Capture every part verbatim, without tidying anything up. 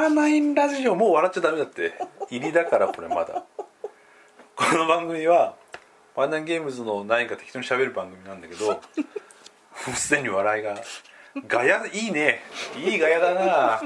ワーナインラジオもう笑っちゃダメだって、入りだからこれまだ。この番組はワーナインゲームズの何か適当に喋る番組なんだけど、もうすでに笑いがガヤいいね、いいガヤだな。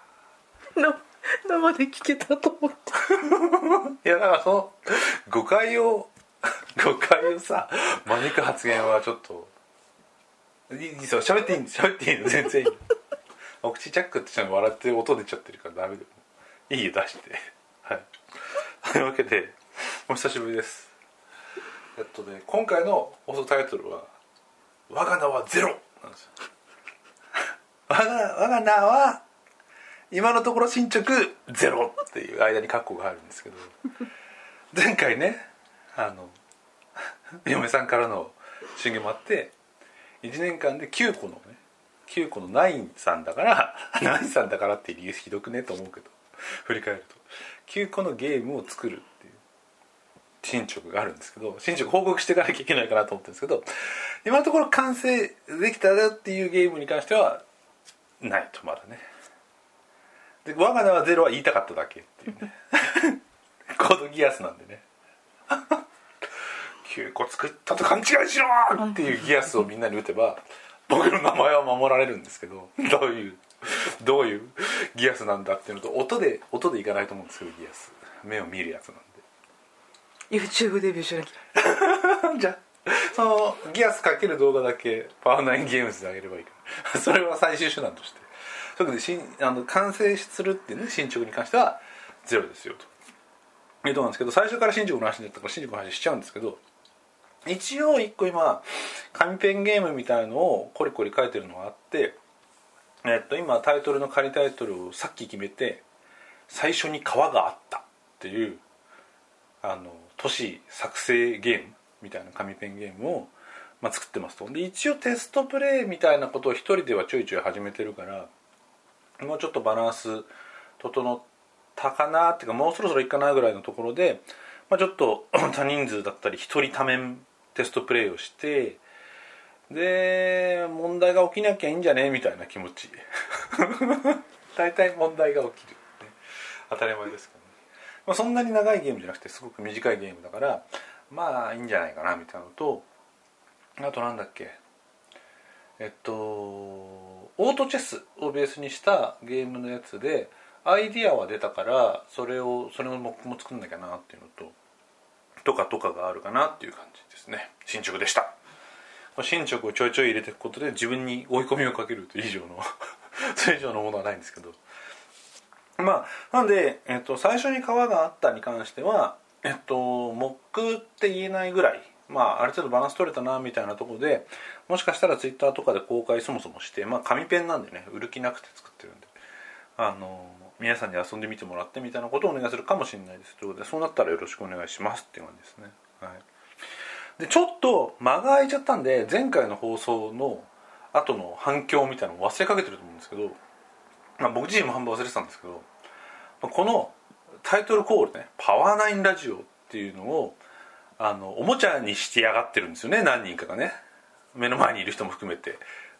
生で聞けたと思っていやだからその誤解を誤解をさ招く発言はちょっといいですよ、喋っていいんです喋っていいの全然いいの。お口チャックってちゃんと笑って音出ちゃってるからダメだよ、いいよ出して。はいというわけでお久しぶりです。えっとね今回の放送タイトルは我が名はゼロなんですよ。我が我が名は今のところ進捗ゼロっていう間にカッコがあるんですけど、前回ねあの嫁さんからの進言もあっていちねんかんできゅうこのねきゅうこのナインさんだからナインさんだからって理由ひどくねと思うけど、振り返るときゅうこのゲームを作るっていう進捗があるんですけど、進捗報告していかなきゃいけないかなと思ってるんですけど、今のところ完成できたよっていうゲームに関してはないと、まだね。で我が名はゼロは言いたかっただけっていうねコードギアスなんでねきゅうこ作ったと勘違いしろっていうギアスをみんなに打てば僕の名前は守られるんですけど、どういうどういうギアスなんだっていうのと音で音でいかないと思うんですけど、ギアス目を見るやつなんで YouTube デビューしなきゃじゃあそのギアスかける動画だけパワーナインゲームズであげればいいからそれは最終手段として、特にあの完成するっていうね進捗に関してはゼロですよというところなんですけど、最初から進捗の話だったから進捗の話しちゃうんですけど、一応一個今紙ペンゲームみたいのをコリコリ書いてるのがあって、えっと今タイトルの仮タイトルをさっき決めて、最初に川があったっていうあの都市作成ゲームみたいな紙ペンゲームを、まあ、作ってますと。で一応テストプレイみたいなことを一人ではちょいちょい始めてるから、もうちょっとバランス整ったかなっていうか、もうそろそろいいかなぐらいのところで、まあ、ちょっと多人数だったり一人多面テストプレイをして、で問題が起きなきゃいいんじゃねみたいな気持ち大体問題が起きる、ね、当たり前ですけどね、まあ、そんなに長いゲームじゃなくてすごく短いゲームだからまあいいんじゃないかなみたいなのと、あとなんだっけえっとオートチェスをベースにしたゲームのやつでアイディアは出たから、それをそれも僕も作んなきゃなっていうのととかとかがあるかなっていう感じですね。進捗でした。進捗をちょいちょい入れていくことで自分に追い込みをかけるという以上のそれ以上のものはないんですけど、まあなんで、えっと、最初に川があったに関してはえっとモックって言えないぐらい、まあある程度バランス取れたなみたいなところで、もしかしたらツイッターとかで公開そもそもして、まあ紙ペンなんでね売る気なくて作ってるんで、あの皆さんに遊んでみてもらってみたいなことをお願いするかもしれないです。ということで、そうなったらよろしくお願いしますっていう感じですね。はい。でちょっと間が空いちゃったんで、前回の放送の後の反響みたいなのを忘れかけてると思うんですけど、まあ、僕自身も半分忘れてたんですけど、このタイトルコールね、パワーナインラジオっていうのをあのおもちゃにしてやがってるんですよね、何人かがね、目の前にいる人も含めて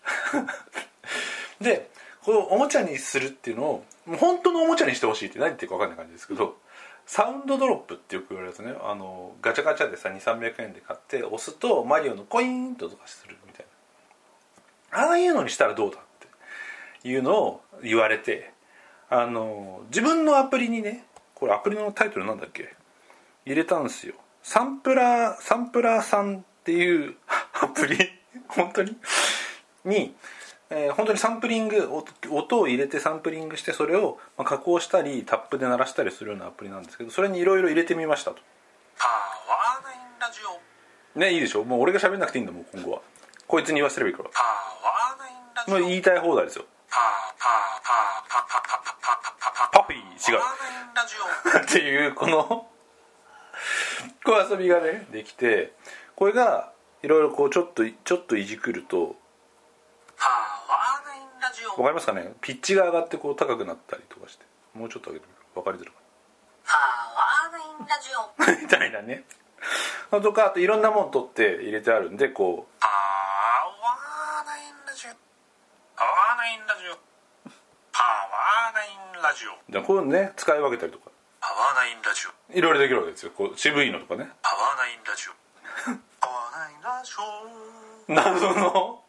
でこのおもちゃにするっていうのをもう本当のおもちゃにしてほしいって何言ってるか分かんない感じですけど、サウンドドロップってよく言われるやつね、あのガチャガチャでさにせんさんびゃくえんで買って押すとマリオのコイーンととかするみたいな、ああいうのにしたらどうだっていうのを言われて、あの自分のアプリにね、これアプリのタイトルなんだっけ入れたんですよ。サンプラーサンプラーさんっていうアプリ本当ににえー、本当にサンプリング、音を入れてサンプリングしてそれを加工したりタップで鳴らしたりするようなアプリなんですけど、それにいろいろ入れてみましたと。 パワーナインラジオね、いいでしょ、もう俺が喋んなくていいんだもん、今後はこいつに言わせればいいから。 パワーナインラジオもう言いたい放題ですよ。 パーパーパーパーパーパーパーパーパフィー違うパワーナインラジオっていうこのこう遊びがねできて、これがいろいろこうちょっとちょっといじくるとわかりますかね、ピッチが上がってこう高くなったりとかして、もうちょっと上げてみる、分かりづらいパワーナインラジオみたいなねとか、あといろんなもの取って入れてあるんで、こうパワーナインラジオパワーナインラジオパワーナインララジオ。 じゃあこういうのね使い分けたりとかパワーナインラジオ。 いろいろできるわけですよ。こう渋いのとかね。 パワーナインラジオ。パワーナインラジオ。 謎の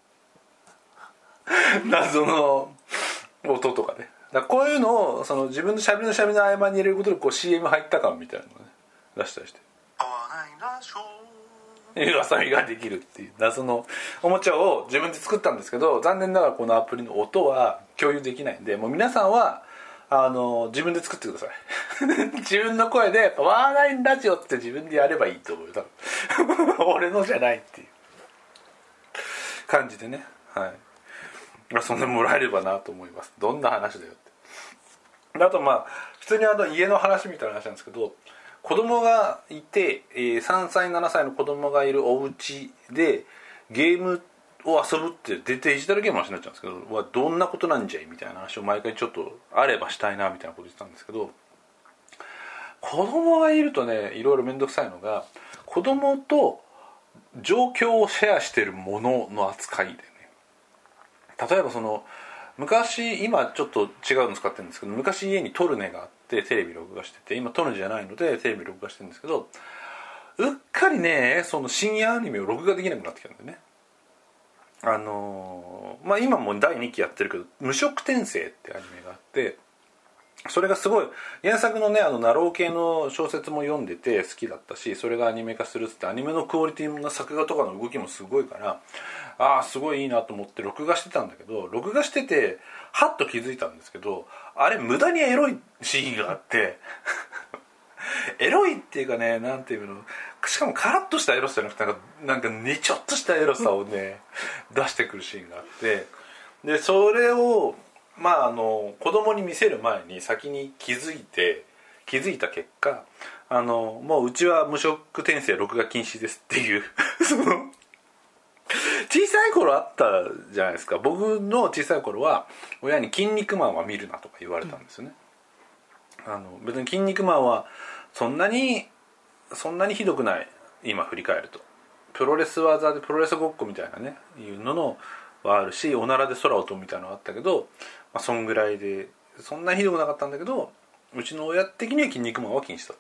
謎の音とかね。だからこういうのをその自分のしゃべりのしゃべりの合間に入れることでこう シーエム 入った感みたいなのをね出したりしてパワーナインラジオ。 いう遊びができるっていう謎のおもちゃを自分で作ったんですけど、残念ながらこのアプリの音は共有できないんで、もう皆さんはあの自分で作ってください自分の声でパワーナインラジオって自分でやればいいと思うよ多分俺のじゃないっていう感じでね、はい遊んでもらえればなと思います。どんな話だよって。あとまあ普通にあの家の話みたいな話なんですけど、子供がいて、えー、さんさいななさいの子供がいるお家でゲームを遊ぶってでデジタルゲームの話になっちゃうんですけど、はどんなことなんじゃいみたいな話を毎回ちょっとあればしたいなみたいなこと言ってたんですけど、子供がいるとねいろいろ面倒くさいのが、子供と状況をシェアしてるものの扱いでね、例えばその昔今ちょっと違うの使ってるんですけど、昔家にトルネがあってテレビ録画してて、今トルネじゃないのでテレビ録画してるんですけど、うっかりねその深夜アニメを録画できなくなってきたんだよね。あのー、まあ今もだいにきやってるけど無色転生ってアニメがあって、それがすごい原作のねあのナロー系の小説も読んでて好きだったし、それがアニメ化するってアニメのクオリティの作画とかの動きもすごいから、ああすごいいいなと思って録画してたんだけど、録画しててハッと気づいたんですけど、あれ無駄にエロいシーンがあってエロいっていうかね、なんていうの、しかもカラッとしたエロさじゃなくてなんかなんかねちょっとしたエロさをね出してくるシーンがあって、でそれをまああの子供に見せる前に先に気づいて気づいた結果、あのもううちは無色転生録画禁止ですっていうその小さい頃あったじゃないですか。僕の小さい頃は親に筋肉マンは見るなとか言われたんですよね、うん、あの別に筋肉マンはそんなにそんなにひどくない、今振り返るとプロレス技でプロレスごっこみたいなねいうののはあるし、おならで空を飛ぶみたいなのはあったけど、まあ、そんぐらいでそんなにひどくなかったんだけど、うちの親的には筋肉マンは禁止だった。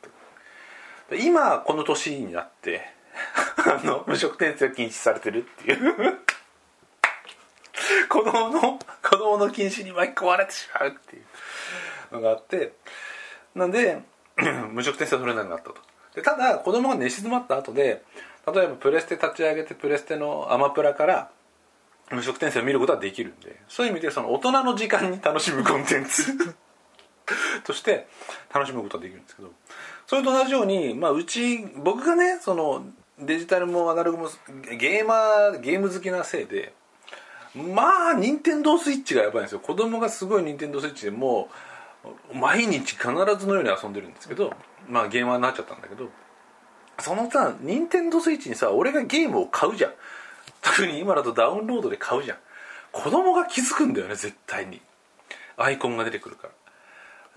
今この年になってあの無色転生が禁止されてるっていう子供の子供の禁止に巻き込まれてしまうっていうのがあって、なんで無色転生は取れなくなったと。でただ子供が寝静まった後で、例えばプレステ立ち上げてプレステのアマプラから無色転生を見ることはできるんで、そういう意味でその大人の時間に楽しむコンテンツとして楽しむことができるんですけど、それと同じように、まあ、うち僕がねそのデジタルもアナログもゲーマーゲーム好きなせいで、まあ任天堂スイッチがやばいんですよ。子供がすごい任天堂スイッチでもう毎日必ずのように遊んでるんですけど、まあゲーマーになっちゃったんだけど、そのさ任天堂スイッチにさ俺がゲームを買うじゃん。特に今だとダウンロードで買うじゃん。子供が気づくんだよね絶対に。アイコンが出てくるから。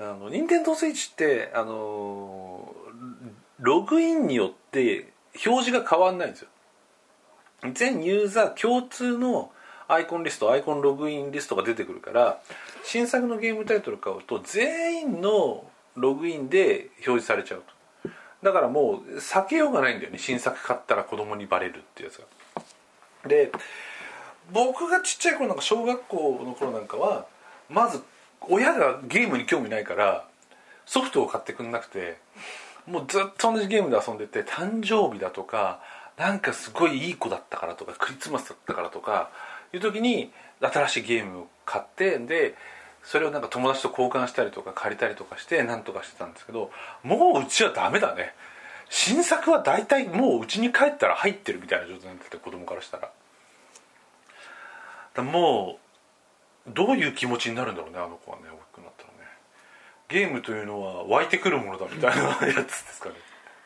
あの任天堂スイッチってあのログインによって表示が変わんないんですよ。全ユーザー共通のアイコンリスト、アイコンログインリストが出てくるから、新作のゲームタイトル買うと全員のログインで表示されちゃうと。だからもう避けようがないんだよね、新作買ったら子供にバレるっていうやつが。で僕がちっちゃい頃なんか小学校の頃なんかはまず親がゲームに興味ないからソフトを買ってくんなくて、もうずっと同じゲームで遊んでて、誕生日だとかなんかすごいいい子だったからとかクリスマスだったからとかいう時に新しいゲームを買って、でそれをなんか友達と交換したりとか借りたりとかしてなんとかしてたんですけど、もううちはダメだね。新作は大体もううちに帰ったら入ってるみたいな状態になってて、子供からしたら。だもうどういう気持ちになるんだろうね、あの子はね、大きくなったらね。ゲームというのは湧いてくるものだみたいなやつですかね。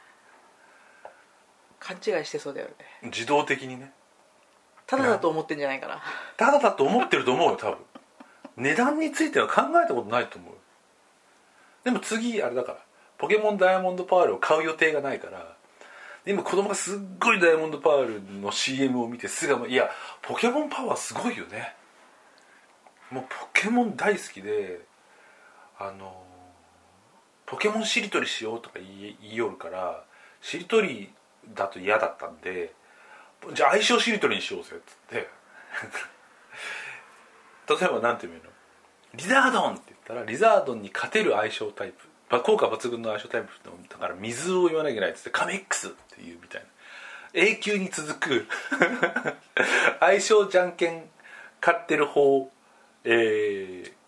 勘違いしてそうだよね。 自動的にね。 ただだと思ってんじゃないかな。 ただだと思ってると思うよ多分。値段については考えたことないと思う。でも次あれだから、ポケモンダイヤモンドパールを買う予定がないから、今子供がすっごいダイヤモンドパールの シーエム を見てすぐ、いやポケモンパワーすごいよね。もうポケモン大好きで、 あのポケモンしりとりしようとか言い、言いよるからしりとりだと嫌だったんで、じゃあ相性しりとりにしようぜっつって例えばなんていうの、リザードンって言ったらリザードンに勝てる相性タイプ、効果抜群の相性タイプだから水を言わなきゃいけないっつってカメックスっていうみたいな永久に続く相性じゃんけん勝ってる方、えー、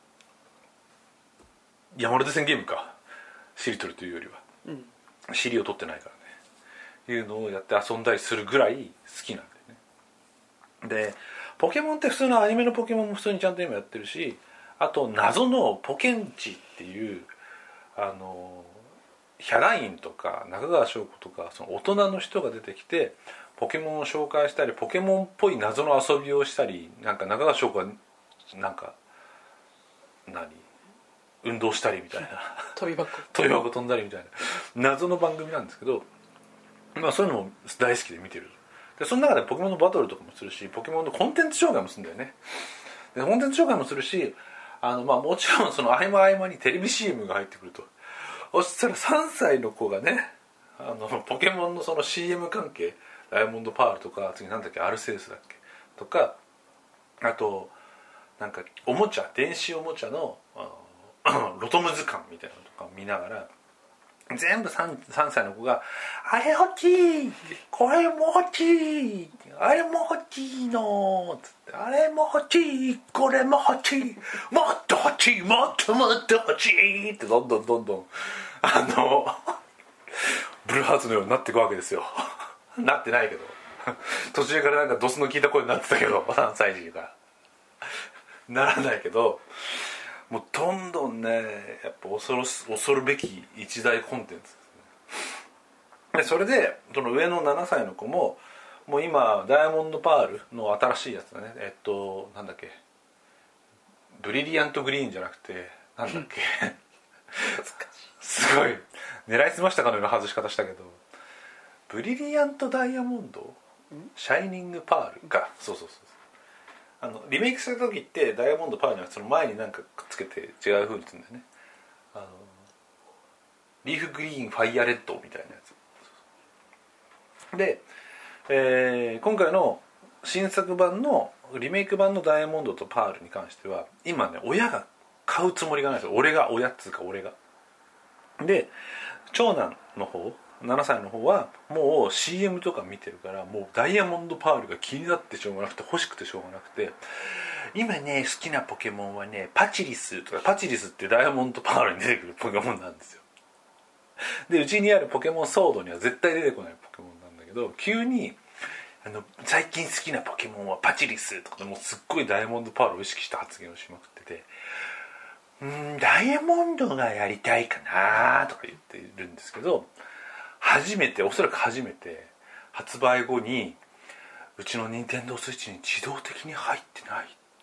山手線ゲームか、しりとりというよりは、うん、尻を取ってないからねいうのをやって遊んだりするぐらい好きなんだよね。でポケモンって普通のアニメのポケモンも普通にちゃんと今やってるし、あと謎のポケンチっていうあのヒャダインとか中川翔子とかその大人の人が出てきてポケモンを紹介したりポケモンっぽい謎の遊びをしたり、なんか中川翔子がなんか何運動したりみたいな飛び箱飛び箱飛んだりみたいな謎の番組なんですけど、まあそういうのも大好きで見てる。でその中でポケモンのバトルとかもするし、ポケモンのコンテンツ紹介もするんだよね。でコンテンツ紹介もするし、あのまあもちろんその合間合間にテレビ シーエム が入ってくると、そしたらさんさいの子がね、あのポケモンのその シーエム 関係、ダイヤモンドパールとか次なんだっけアルセウスだっけとか、あとなんかおもちゃ電子おもちゃのロトム図鑑みたいなのとかを見ながら、全部 3, さんさいの子があれ欲しい、これも欲しい、あれも欲しいのつって、あれも欲しい、これも欲しい、もっと欲しい、もっともっと欲しいってどんどんどんどんあのブルーハーツのようになっていくわけですよなってないけど途中からなんかドスの効いた声になってたけどさんさい児がならないけど、もうどんどんねやっぱ恐ろす恐るべき一大コンテンツですね。でそれでその上のななさいの子ももう今ダイヤモンドパールの新しいやつだね、えっとなんだっけブリリアントグリーンじゃなくてなんだっけすごい狙いすましたかのような外し方したけど、ブリリアントダイヤモンドシャイニングパールか、そうそうそう、あのリメイクする時ってダイヤモンドパールにはその前に何かくっつけて違う風にするんだよね。あのリーフグリーンファイヤーレッドみたいなやつで、えー、今回の新作版のリメイク版のダイヤモンドとパールに関しては今ね親が買うつもりがないですよ。俺が親っつうか俺がで、長男の方ななさいの方はもう シーエム とか見てるからもうダイヤモンドパールが気になってしょうがなくて欲しくてしょうがなくて、今ね好きなポケモンはねパチリスとか、パチリスってダイヤモンドパールに出てくるポケモンなんですよ。でうちにあるポケモンソードには絶対出てこないポケモンなんだけど、急にあの最近好きなポケモンはパチリスとかでもうすっごいダイヤモンドパールを意識した発言をしまくってて、うーんダイヤモンドがやりたいかなとか言っているんですけど、初めておそらく初めて発売後にうちの任天堂スイッチに自動的に入ってないって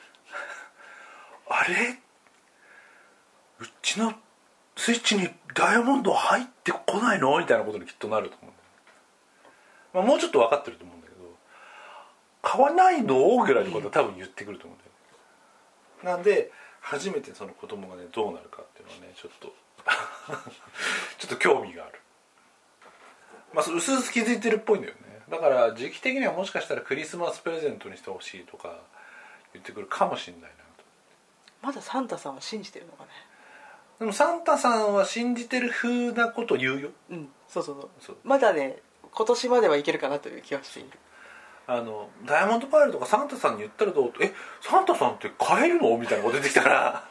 あれうちのスイッチにダイヤモンド入ってこないのみたいなことにきっとなると思うんだよ、まあ、もうちょっと分かってると思うんだけど、買わないのぐらいのことは多分言ってくると思うんだよ、なんで初めてその子供がねどうなるかっていうのはねちょっとちょっと興味がある。まあうすうす気づいてるっぽいんだよね。だから時期的にはもしかしたらクリスマスプレゼントにしてほしいとか言ってくるかもしれないなと。 まだサンタさんは信じてるのかね。 でもサンタさんは信じてる風なこと言うよ。 うんそうそうそう、そうまだね今年まではいけるかなという気はしている。 あのダイヤモンドパールとかサンタさんに言ったらどうえサンタさんって買えるのみたいなこと出てきたから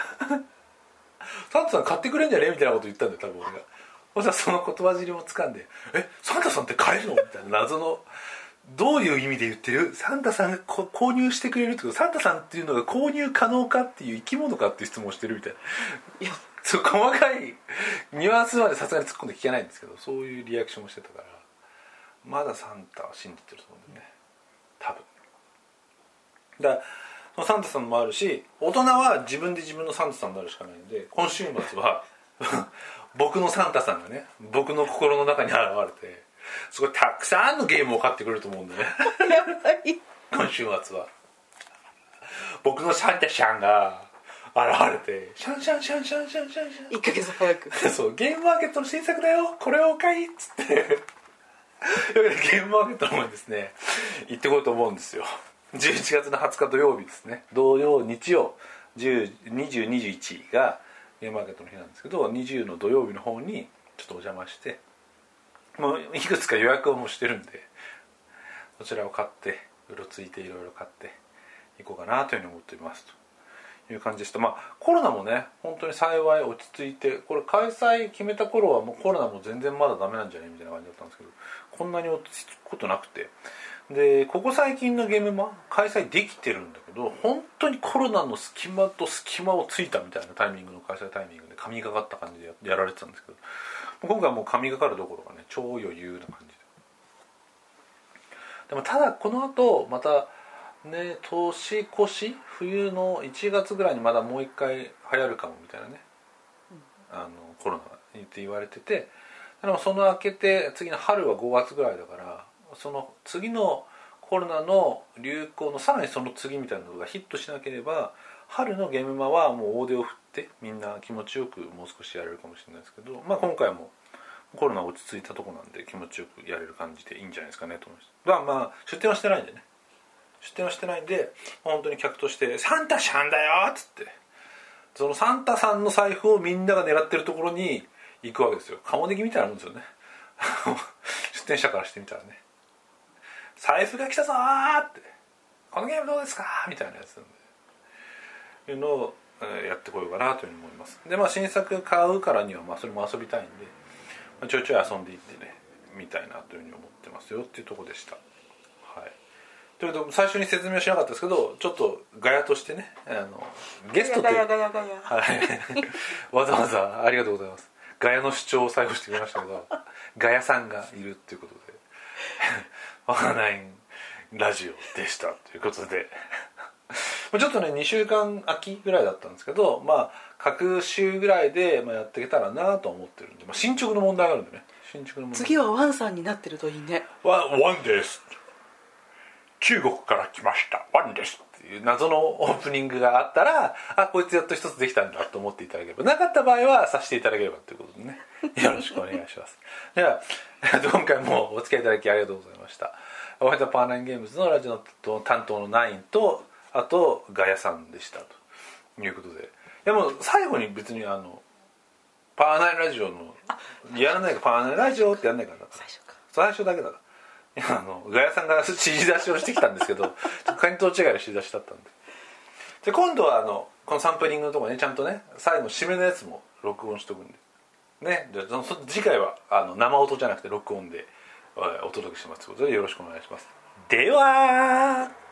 サンタさん買ってくれんじゃねみたいなこと言ったんだよ多分俺が。そしたらその言葉尻も掴んでえサンタさんって買えるのみたいな謎のどういう意味で言ってるサンタさんが購入してくれるってことサンタさんっていうのが購入可能かっていう生き物かっていう質問をしてるみたいな。いやそう細かいニュアンスまでさすがに突っ込んで聞けないんですけどそういうリアクションをしてたからまだサンタは信じてると思うんだよね多分。だからそのサンタさんもあるし大人は自分で自分のサンタさんになるしかないんで今週末は僕のサンタさんがね僕の心の中に現れてすごいたくさんのゲームを買ってくれると思うんでねやっぱり今週末は僕のサンタさんが現れてシャンシャンシャンシャンシャンシャンシャンいっかげつ早くそうゲームマーケットの新作だよこれをお買いっつってゲームマーケットの方にですね行ってこようと思うんですよ。じゅういちがつのはつか土曜日ですね。土曜日曜じゅう、にじゅう、にじゅういちがゲームマーケットの日なんですけど、にじゅうの土曜日の方にちょっとお邪魔して、もういくつか予約をもうしてるんで、そちらを買ってうろついていろいろ買っていこうかなというふうに思っていますという感じでした。まあコロナもね本当に幸い落ち着いて、これ開催決めた頃はもうコロナも全然まだダメなんじゃないみたいな感じだったんですけど、こんなに落ち着くことなくて、でここ最近のゲームマ開催できてるんだけど、本当にコロナの隙間と隙間をついたみたいなタイミングの開催タイミングで神がかった感じで や, やられてたんですけど、今回はもう神がかるどころかね超余裕な感じで。でもただこの後またね年越し冬のいちがつぐらいにまだもう一回流行るかもみたいなね、うん、あのコロナって言われてて、でもその明けて次の春はごがつぐらいだから、その次のコロナの流行のさらにその次みたいなのがヒットしなければ、春のゲームマはもう大手を振ってみんな気持ちよくもう少しやれるかもしれないですけど、まあ今回もコロナ落ち着いたとこなんで気持ちよくやれる感じでいいんじゃないですかねと思います。だからまあ出店はしてないんでね出店はしてないんで本当に客としてサンタシャンだよっつって、そのサンタさんの財布をみんなが狙ってるところに行くわけですよ。カモネギみたいなもんですよね出店者からしてみたらね、財布が来たぞーって、このゲームどうですかみたいなやつなんでいうのをやってこようかなというふうに思います。でまあ新作買うからにはまあそれも遊びたいんで、まあ、ちょいちょい遊んでいってねみたいなというふうに思ってますよっていうところでした。はい。ということで最初に説明しなかったですけど、ちょっとガヤとしてね、あのゲストってガヤガヤガヤガヤ、 はいわざわざありがとうございます。ガヤの主張を最後してくれましたけどガヤさんがいるっていうことでワーナインラジオでしたということでちょっとねにしゅうかん空きぐらいだったんですけど、まあ各週ぐらいでやっていけたらなと思ってるんで、まあ、進捗の問題があるんでね、進捗の問題次はワンさんになってるといいね。 ワワンです、中国から来ましたワンですっていう謎のオープニングがあったら、あこいつやっと一つできたんだと思っていただければ、なかった場合はさせていただければということでねよろしくお願いします。では今回もお付き合いいただきありがとうございました。お相手はパワーナインゲームズのラジオの担当のナインと、あとガヤさんでしたということで、でも最後に別にあのパワーナインラジオのやらないかパワーナインラジオってやらないから最初か最初だけだからあのガヤさんが指示出しをしてきたんですけど回答違いの指示出しだったんで、で今度はあのこのサンプリングのところねちゃんとね最後締めのやつも録音しとくんでね、でその次回はあの生音じゃなくて録音でお届けしますということでよろしくお願いします。では